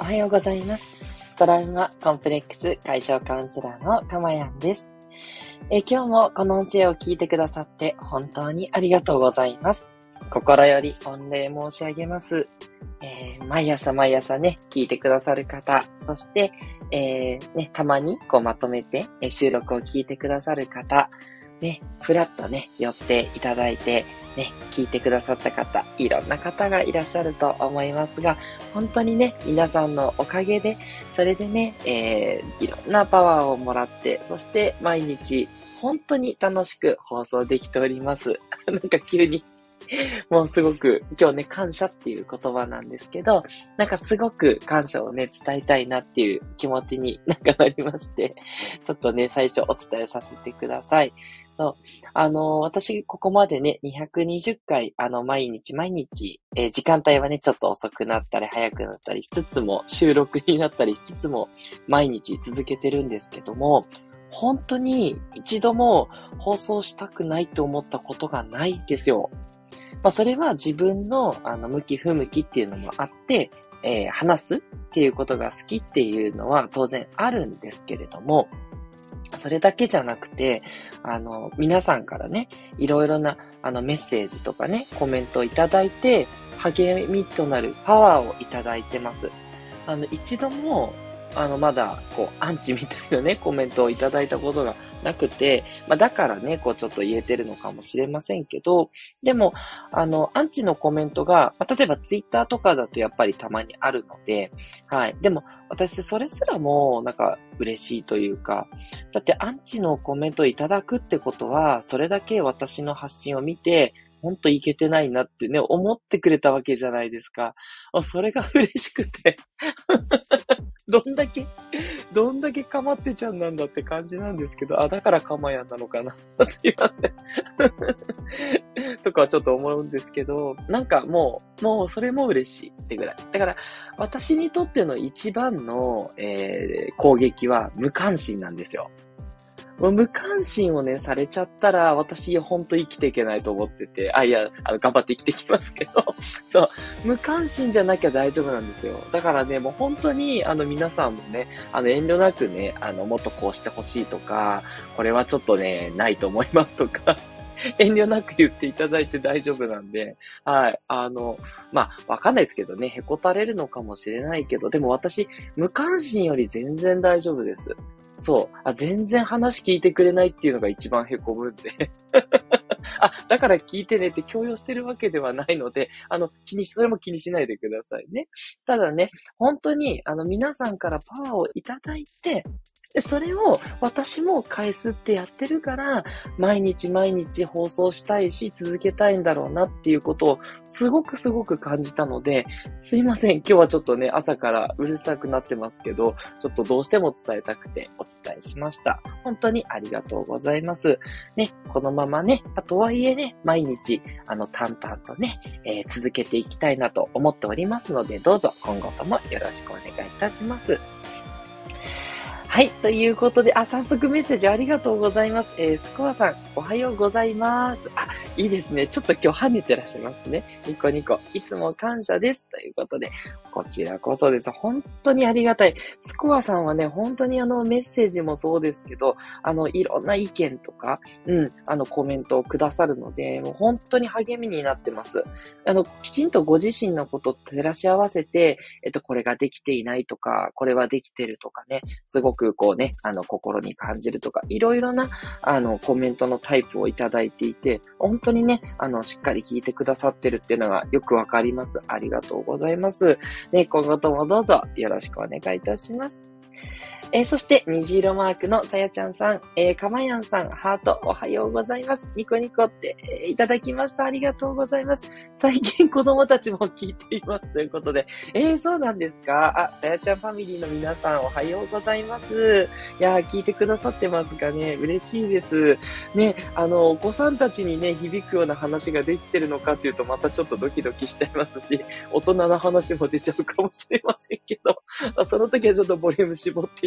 おはようございます。トラウマコンプレックス解消カウンセラーのかまやんです。今日もこの音声を聞いてくださって本当にありがとうございます。心より御礼申し上げます。毎朝ね、聞いてくださる方、そして、たまにまとめて、収録を聞いてくださる方、ふらっと寄っていただいて、聞いてくださった方、いろんな方がいらっしゃると思いますが、本当に皆さんのおかげで、それでいろんなパワーをもらって、そして毎日、本当に楽しく放送できております。なんか急に、もうすごく、今日感謝っていう言葉なんですけど、すごく感謝を伝えたいなっていう気持ちになりまして、ちょっと最初お伝えさせてください。私、ここまで220回、毎日、時間帯はちょっと遅くなったり、早くなったりしつつも、収録になったりしつつも、毎日続けてるんですけども、本当に一度も放送したくないと思ったことがないですよ。それは自分の、向き不向きっていうのもあって、話すっていうことが好きっていうのは当然あるんですけれども、それだけじゃなくて、皆さんからいろいろな、メッセージとかコメントをいただいて、励みとなるパワーをいただいてます。一度も、まだ、アンチみたいなコメントをいただいたことがなくて、だからちょっと言えてるのかもしれませんけど、でも、アンチのコメントが、例えばツイッターとかだとやっぱりたまにあるので、はい。でも、私それすらも、嬉しいというか、だってアンチのコメントをいただくってことは、それだけ私の発信を見て、ほんといけてないなって思ってくれたわけじゃないですか。それが嬉しくて。どんだけかまってちゃんなんだって感じなんですけど、だからかまやんなのかな。すいません。とかはちょっと思うんですけど、もうそれも嬉しいってぐらい。だから、私にとっての一番の、攻撃は無関心なんですよ。もう無関心をされちゃったら、私ほんと生きていけないと思ってて、頑張って生きてきますけど、そう、無関心じゃなきゃ大丈夫なんですよ。だからもう本当に、皆さんも遠慮なくもっとこうしてほしいとか、これはちょっとないと思いますとか、遠慮なく言っていただいて大丈夫なんで、はい。わかんないですけどへこたれるのかもしれないけど、でも私、無関心より全然大丈夫です。そう。全然話聞いてくれないっていうのが一番へこむんで。だから聞いてねって強要してるわけではないので、それも気にしないでくださいね。ただ本当に、皆さんからパワーをいただいて、で、それを私も返すってやってるから、毎日放送したいし、続けたいんだろうなっていうことを、すごく感じたので、すいません。今日はちょっと朝からうるさくなってますけど、ちょっとどうしても伝えたくてお伝えしました。本当にありがとうございます。このままとはいえ毎日、淡々と続けていきたいなと思っておりますので、どうぞ今後ともよろしくお願いいたします。はい。ということで、早速メッセージありがとうございます。スコアさん、おはようございます。いいですね。ちょっと今日跳ねてらっしゃいますね。ニコニコ。いつも感謝です。ということで、こちらこそです。本当にありがたい。スコアさんは本当にメッセージもそうですけど、いろんな意見とか、コメントをくださるので、もう本当に励みになってます。きちんとご自身のことと照らし合わせて、これができていないとか、これはできてるとかすごく心に感じるとか、いろいろな、コメントのタイプをいただいていて、本当にしっかり聞いてくださってるっていうのがよくわかります。ありがとうございます。今後ともどうぞよろしくお願いいたします。そして、虹色マークのさやちゃんさん、かまやんさん、ハート、おはようございます。ニコニコって、いただきました。ありがとうございます。最近子供たちも聞いています。ということで、そうなんですか？さやちゃんファミリーの皆さん、おはようございます。いやー、聞いてくださってますかね？嬉しいです。お子さんたちに響くような話ができてるのかっていうと、またちょっとドキドキしちゃいますし、大人の話も出ちゃうかもしれませんけど、その時はちょっとボリューム絞ってい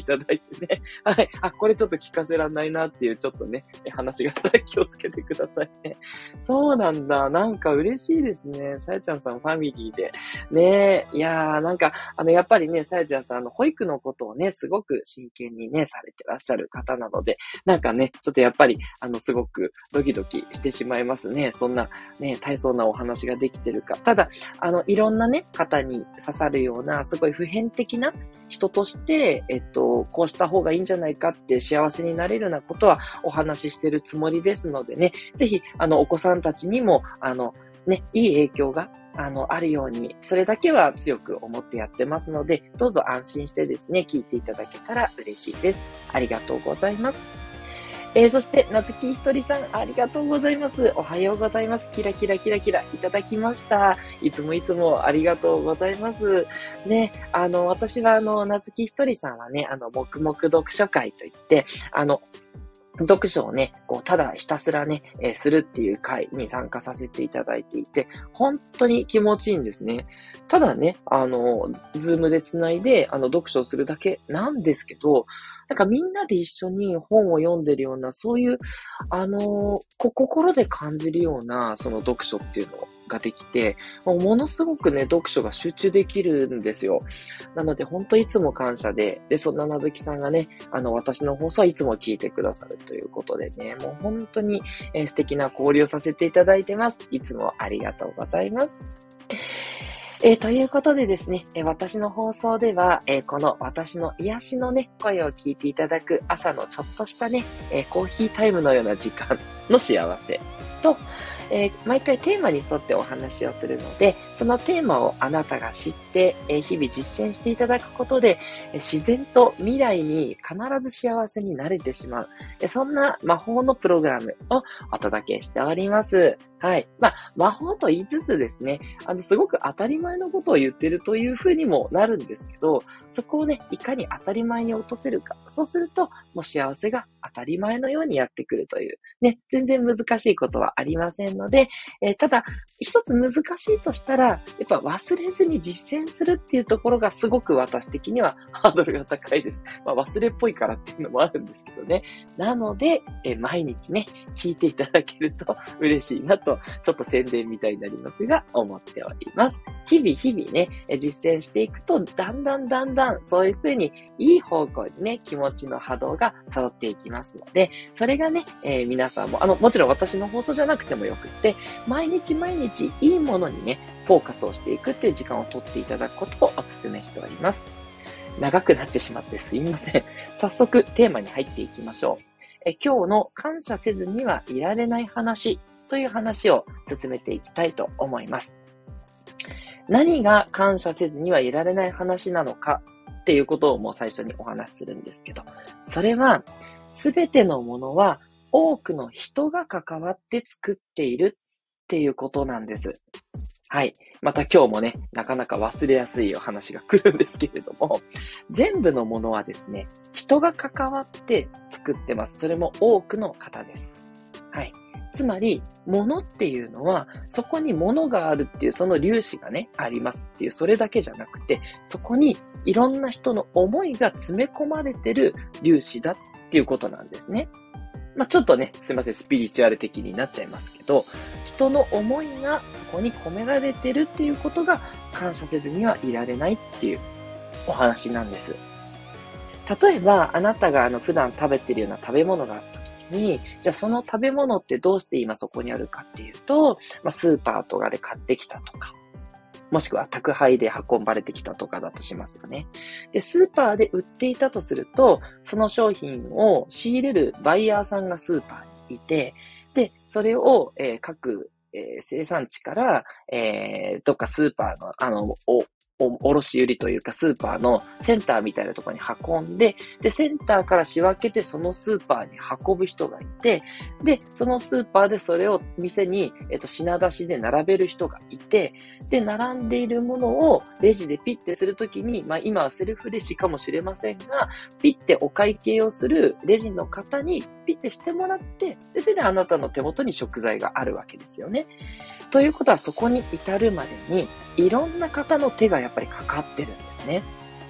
ただいてね。はい。これちょっと聞かせらんないなっていうちょっとね、話があったら気をつけてくださいね。そうなんだ。なんか嬉しいですね。さやちゃんさんファミリーで。ねえ。いやー、なんか、やっぱりね、さやちゃんさん、保育のことをね、すごく真剣にね、されてらっしゃる方なので、なんかね、ちょっとやっぱり、すごくドキドキしてしまいますね。そんな、ね、大層なお話ができてるか。ただ、いろんなね、方に刺さるような、すごい普遍的な人として、こうした方がいいんじゃないかって幸せになれるようなことはお話ししてるつもりですのでね、ぜひ、お子さんたちにも、ね、いい影響が、あるように、それだけは強く思ってやってますので、どうぞ安心してですね、聞いていただけたら嬉しいです。ありがとうございます。そして、なずきひとりさん、ありがとうございます。おはようございます。キラキラキラキラいただきました。いつもいつもありがとうございます。ね、私はなずきひとりさんはね、黙々読書会といって、読書をね、こう、ただひたすらね、するっていう会に参加させていただいていて、本当に気持ちいいんですね。ただね、ズームでつないで、読書をするだけなんですけど、なんかみんなで一緒に本を読んでるような、そういう、心で感じるような、その読書っていうのができて、ものすごくね、読書が集中できるんですよ。なので、本当いつも感謝で、そんななずきさんがね、私の放送はいつも聞いてくださるということでね、もう本当に、素敵な交流をさせていただいてます。いつもありがとうございます。ということでですね、私の放送では、この私の癒しのね、声を聞いていただく朝のちょっとしたね、コーヒータイムのような時間の幸せと、毎回テーマに沿ってお話をするので、そのテーマをあなたが知って、日々実践していただくことで、自然と未来に必ず幸せになれてしまう。そんな魔法のプログラムをお届けしております。はい。魔法と言いつつですね、すごく当たり前のことを言ってるというふうにもなるんですけど、そこをね、いかに当たり前に落とせるか。そうすると、もう幸せが当たり前のようにやってくるという、ね、全然難しいことはありませんので、ただ、一つ難しいとしたら、やっぱ忘れずに実践するっていうところがすごく私的にはハードルが高いです。忘れっぽいからっていうのもあるんですけどね。なので、毎日ね、聞いていただけると嬉しいなと、ちょっと宣伝みたいになりますが、思っております。日々ね、実践していくと、だんだん、そういう風にいい方向にね、気持ちの波動が揃っていきますので、それがね、皆さんも、もちろん私の放送じゃなくてもよくって、毎日いいものにね、フォーカスをしていくっていう時間をとっていただくことをお勧めしております。長くなってしまってすいません。早速テーマに入っていきましょう。今日の感謝せずにはいられない話という話を進めていきたいと思います。何が感謝せずにはいられない話なのかっていうことをもう最初にお話しするんですけど、それはすべてのものは多くの人が関わって作っているっていうことなんです。はい。また今日もね、なかなか忘れやすいお話が来るんですけれども、全部のものはですね、人が関わって作ってます。それも多くの方です。はい。つまり、物っていうのは、そこに物があるっていうその粒子がね、ありますっていう、それだけじゃなくて、そこにいろんな人の思いが詰め込まれてる粒子だっていうことなんですね。ちょっとね、すいません、スピリチュアル的になっちゃいますけど、人の思いがそこに込められてるっていうことが感謝せずにはいられないっていうお話なんです。例えば、あなたが普段食べてるような食べ物があった時に、じゃあその食べ物ってどうして今そこにあるかっていうと、スーパーとかで買ってきたとか、もしくは宅配で運ばれてきたとかだとしますよね。で、スーパーで売っていたとすると、その商品を仕入れるバイヤーさんがスーパーにいて、で、それを、各、生産地から、どっかスーパーの、卸売というかスーパーのセンターみたいなところに運んで、で、センターから仕分けてそのスーパーに運ぶ人がいて、で、そのスーパーでそれを店に、品出しで並べる人がいて、で、並んでいるものをレジでピッてするときに、今はセルフレジかもしれませんが、ピッてお会計をするレジの方にピッてしてもらって、で、それであなたの手元に食材があるわけですよね。ということはそこに至るまでに、いろんな方の手がやっぱりかかってるんですね。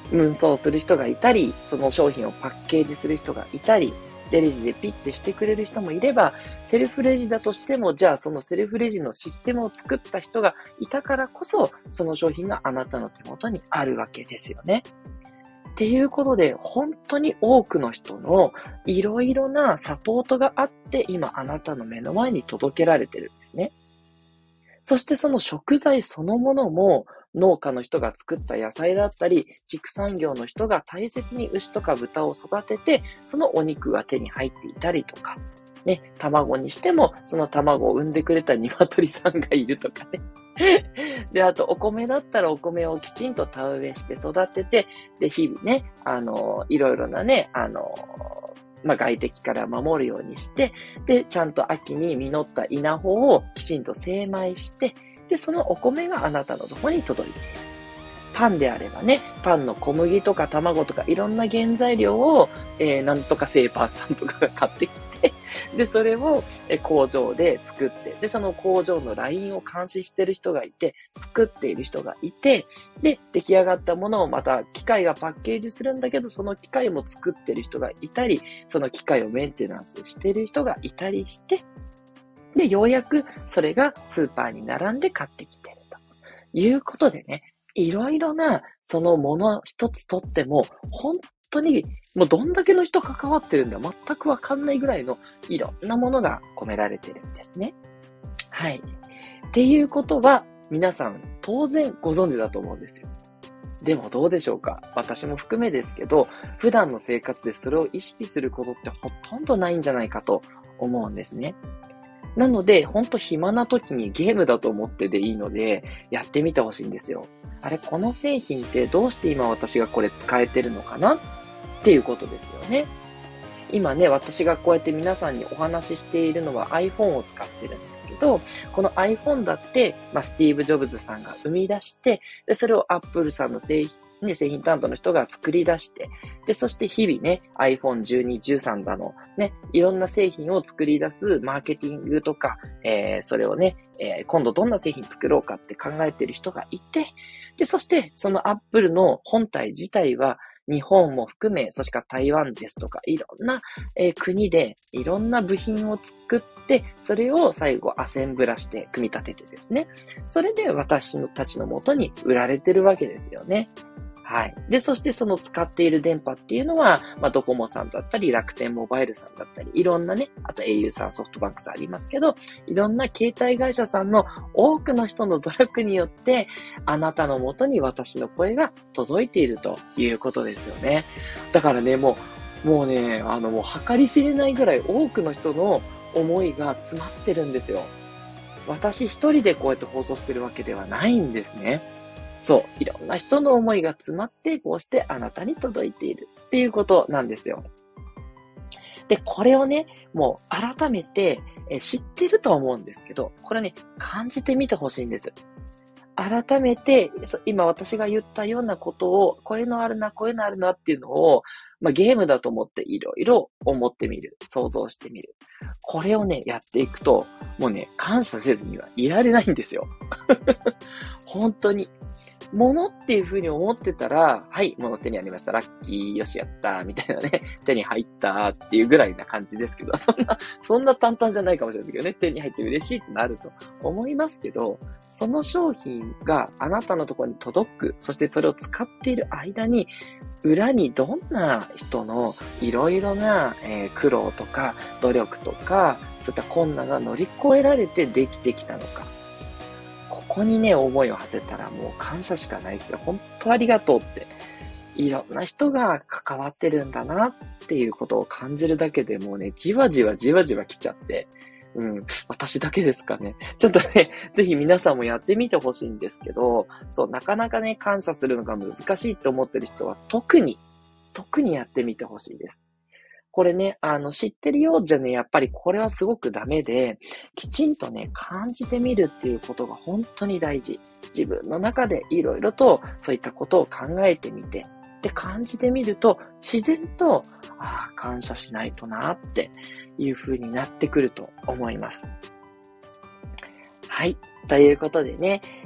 運送する人がいたり、その商品をパッケージする人がいたり、で、レジでピッてしてくれる人もいれば、セルフレジだとしても、じゃあそのセルフレジのシステムを作った人がいたからこそ、その商品があなたの手元にあるわけですよね。っていうことで、本当に多くの人のいろいろなサポートがあって、今あなたの目の前に届けられてるんですね。そしてその食材そのものも農家の人が作った野菜だったり、畜産業の人が大切に牛とか豚を育てて、そのお肉が手に入っていたりとか、ね、卵にしても、その卵を産んでくれた鶏さんがいるとかね。で、あとお米だったらお米をきちんと田植えして育てて、で、日々ね、いろいろなね、外敵から守るようにして、で、ちゃんと秋に実った稲穂をきちんと精米して、で、そのお米があなたのところに届いている。パンであればね、パンの小麦とか卵とかいろんな原材料を、なんとか製パンさんとかが買ってきて、で、それを工場で作って、で、その工場のラインを監視してる人がいて、作っている人がいて、で、出来上がったものをまた機械がパッケージするんだけど、その機械も作ってる人がいたり、その機械をメンテナンスしてる人がいたりして、で、ようやくそれがスーパーに並んで買ってきてるということでね、いろいろなそのもの一つとっても、本当にもうどんだけの人関わってるんだ全くわかんないぐらいのいろんなものが込められてるんですね。はい。っていうことは皆さん当然ご存知だと思うんですよ。でもどうでしょうか？私も含めですけど、普段の生活でそれを意識することってほとんどないんじゃないかと思うんですね。なので、ほんと暇な時にゲームだと思ってでいいので、やってみてほしいんですよ。あれ、この製品ってどうして今私がこれ使えてるのかなっていうことですよね。今ね、私がこうやって皆さんにお話ししているのは iPhone を使ってるんですけど、この iPhone だって、スティーブ・ジョブズさんが生み出して、で、それを Apple さんの製品担当の人が作り出して、で、そして日々ね、iPhone 12、13だの、ね、いろんな製品を作り出すマーケティングとか、それをね、今度どんな製品作ろうかって考えてる人がいて、で、そしてその Apple の本体自体は、日本も含め、そして台湾ですとか、いろんな、国でいろんな部品を作って、それを最後アセンブラして組み立ててですね。それで私たちの元に売られてるわけですよね。はい。で、そしてその使っている電波っていうのは、ドコモさんだったり、楽天モバイルさんだったり、いろんなね、あと au さん、ソフトバンクさんありますけど、いろんな携帯会社さんの多くの人の努力によって、あなたの元に私の声が届いているということですよね。だからね、もうね、もう計り知れないぐらい多くの人の思いが詰まってるんですよ。私一人でこうやって放送してるわけではないんですね。そう、いろんな人の思いが詰まって、こうしてあなたに届いているっていうことなんですよ。で、これをね、もう改めて知ってるとは思うんですけど、これね、感じてみてほしいんです。改めて、今私が言ったようなことを、こういうのあるな、こういうのあるなっていうのを、ゲームだと思っていろいろ思ってみる。想像してみる。これをね、やっていくと、もうね、感謝せずにはいられないんですよ。本当に。物っていう風に思ってたら、はい、物手にありました。ラッキー、よし、やった、みたいなね、手に入ったっていうぐらいな感じですけど、そんな簡単じゃないかもしれないですけどね、手に入って嬉しいってなると思いますけど、その商品があなたのところに届く、そしてそれを使っている間に、裏にどんな人のいろいろな、苦労とか努力とか、そういった困難が乗り越えられてできてきたのか。ここにね、思いを馳せたらもう感謝しかないですよ。本当ありがとうって。いろんな人が関わってるんだなっていうことを感じるだけでもうね、じわじわ来ちゃって。私だけですかね。ちょっとね、ぜひ皆さんもやってみてほしいんですけど、そう、なかなかね、感謝するのが難しいって思ってる人は特にやってみてほしいです。これね、知ってるようじゃね、やっぱりこれはすごくダメで、きちんとね、感じてみるっていうことが本当に大事。自分の中でいろいろとそういったことを考えてみて、で、感じてみると、自然と、感謝しないとなっていう風になってくると思います。はい。ということでね、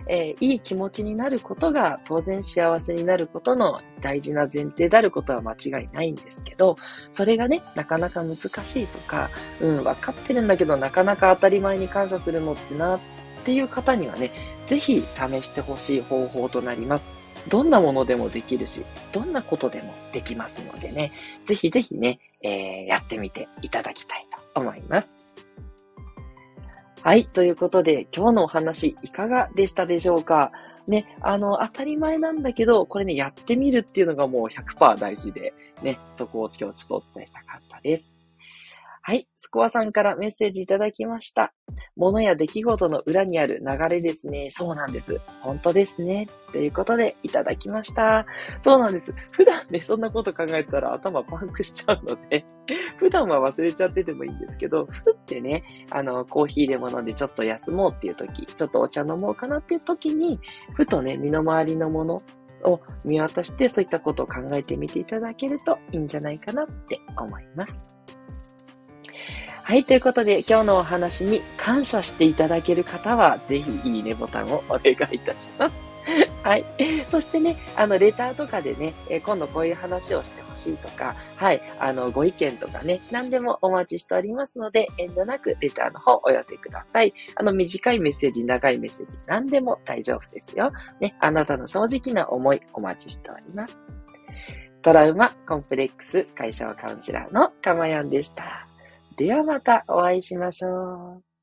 いい気持ちになることが当然幸せになることの大事な前提であることは間違いないんですけど、それがね、なかなか難しいとか、わかってるんだけどなかなか当たり前に感謝するのってなっていう方にはね、ぜひ試してほしい方法となります。どんなものでもできるし、どんなことでもできますのでね、ぜひぜひね、やってみていただきたいと思います。はい。ということで、今日のお話いかがでしたでしょうか？ね、当たり前なんだけど、これね、やってみるっていうのがもう100% 大事で、ね、そこを今日ちょっとお伝えしたかったです。はい。スコアさんからメッセージいただきました。物や出来事の裏にある流れですね。そうなんです。本当ですね。ということでいただきました。そうなんです。普段ね、そんなこと考えたら頭パンクしちゃうので、普段は忘れちゃっててもいいんですけど、ふってね、コーヒーでも飲んでちょっと休もうっていう時、ちょっとお茶飲もうかなっていう時に、ふとね、身の回りのものを見渡して、そういったことを考えてみていただけるといいんじゃないかなって思います。はい、ということで今日のお話に感謝していただける方は、ぜひいいねボタンをお願いいたします。はい。そしてね、レターとかでね、今度こういう話をしてほしいとか、はい、ご意見とかね、何でもお待ちしておりますので、遠慮なくレターの方お寄せください。短いメッセージ、長いメッセージ、何でも大丈夫ですよ。ね、あなたの正直な思いお待ちしております。トラウマコンプレックス解消カウンセラーのかまやんでした。ではまたお会いしましょう。